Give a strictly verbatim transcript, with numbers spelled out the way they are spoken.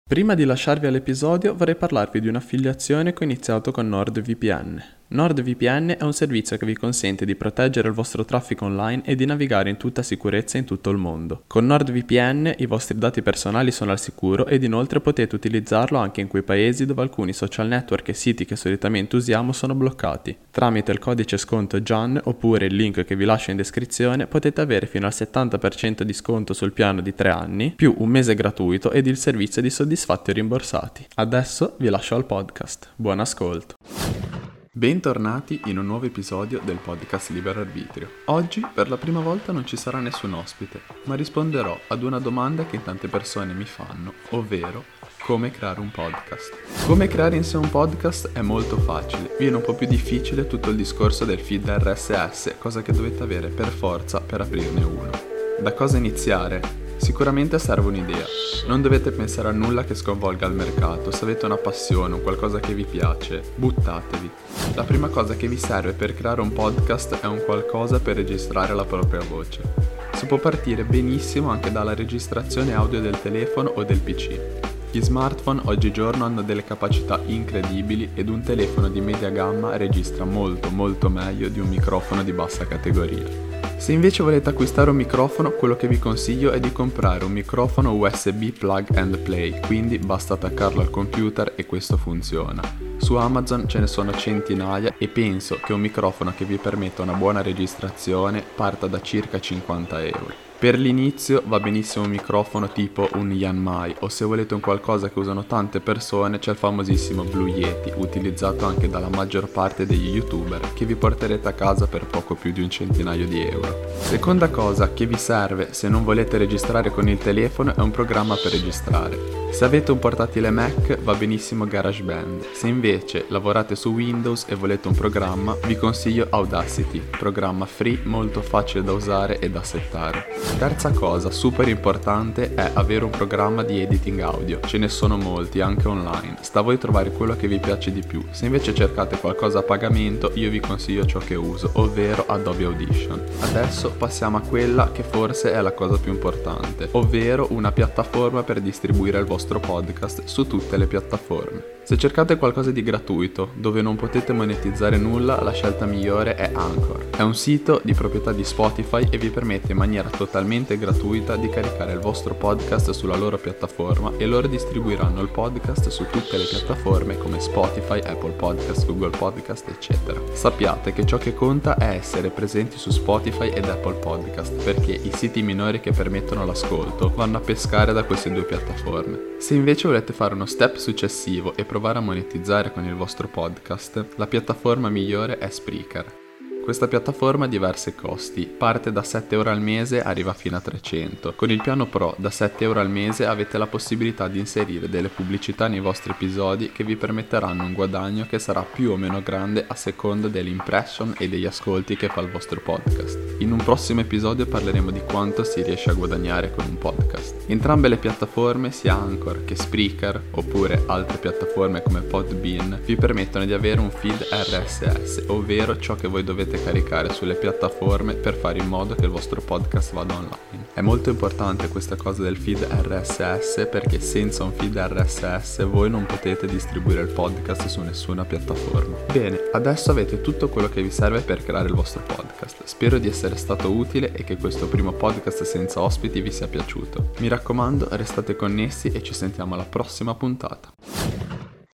Prima di lasciarvi all'episodio vorrei parlarvi di un'affiliazione che ho iniziato con NordVPN. NordVPN è un servizio che vi consente di proteggere il vostro traffico online e di navigare in tutta sicurezza in tutto il mondo. Con NordVPN i vostri dati personali sono al sicuro ed inoltre potete utilizzarlo anche in quei paesi dove alcuni social network e siti che solitamente usiamo sono bloccati. Tramite il codice sconto G A N oppure il link che vi lascio in descrizione potete avere fino al settanta per cento di sconto sul piano di tre anni, più un mese gratuito ed il servizio di soddisfatti o rimborsati. Adesso vi lascio al podcast. Buon ascolto! Bentornati in un nuovo episodio del podcast Libero Arbitrio. Oggi per la prima volta non ci sarà nessun ospite, ma risponderò ad una domanda che tante persone mi fanno, ovvero come creare un podcast. Come creare in sé un podcast è molto facile, viene un po' più difficile tutto il discorso del feed R S S, cosa che dovete avere per forza per aprirne uno. Da cosa iniziare? Sicuramente serve un'idea, non dovete pensare a nulla che sconvolga il mercato, se avete una passione o qualcosa che vi piace, buttatevi. La prima cosa che vi serve per creare un podcast è un qualcosa per registrare la propria voce. Si può partire benissimo anche dalla registrazione audio del telefono o del P C. Gli smartphone oggigiorno hanno delle capacità incredibili ed un telefono di media gamma registra molto molto meglio di un microfono di bassa categoria. Se invece volete acquistare un microfono, quello che vi consiglio è di comprare un microfono U S B plug and play, quindi basta attaccarlo al computer e questo funziona. Su Amazon ce ne sono centinaia e penso che un microfono che vi permetta una buona registrazione parta da circa cinquanta euro. Per l'inizio va benissimo un microfono tipo un Yanmai o se volete un qualcosa che usano tante persone c'è il famosissimo Blue Yeti, utilizzato anche dalla maggior parte degli youtuber, che vi porterete a casa per poco più di un centinaio di euro. Seconda cosa che vi serve se non volete registrare con il telefono è un programma per registrare. Se avete un portatile Mac va benissimo GarageBand, se invece lavorate su Windows e volete un programma vi consiglio Audacity, programma free molto facile da usare e da settare. Terza cosa super importante è avere un programma di editing audio, ce ne sono molti anche online, sta a voi trovare quello che vi piace di più. Se invece cercate qualcosa a pagamento io vi consiglio ciò che uso, ovvero Adobe Audition. Adesso passiamo a quella che forse è la cosa più importante, ovvero una piattaforma per distribuire il vostro podcast su tutte le piattaforme. Se cercate qualcosa di gratuito, dove non potete monetizzare nulla, la scelta migliore è Anchor. È un sito di proprietà di Spotify e vi permette in maniera totalmente gratuita di caricare il vostro podcast sulla loro piattaforma e loro distribuiranno il podcast su tutte le piattaforme come Spotify, Apple Podcast, Google Podcast, eccetera. Sappiate che ciò che conta è essere presenti su Spotify ed Apple Podcast, perché i siti minori che permettono l'ascolto vanno a pescare da queste due piattaforme. Se invece volete fare uno step successivo e provare a monetizzare con il vostro podcast, la piattaforma migliore è Spreaker. Questa piattaforma ha diversi costi, parte da sette euro al mese, arriva fino a trecento. Con il piano Pro da sette euro al mese avete la possibilità di inserire delle pubblicità nei vostri episodi che vi permetteranno un guadagno che sarà più o meno grande a seconda delle impression e degli ascolti che fa il vostro podcast. In un prossimo episodio parleremo di quanto si riesce a guadagnare con un podcast. Entrambe le piattaforme, sia Anchor che Spreaker, oppure altre piattaforme come Podbean, vi permettono di avere un feed R S S, ovvero ciò che voi dovete caricare sulle piattaforme per fare in modo che il vostro podcast vada online. È molto importante questa cosa del feed R S S perché senza un feed R S S voi non potete distribuire il podcast su nessuna piattaforma. Bene, adesso avete tutto quello che vi serve per creare il vostro podcast. Spero di essere stato utile e che questo primo podcast senza ospiti vi sia piaciuto. Mi raccomando, restate connessi e ci sentiamo alla prossima puntata.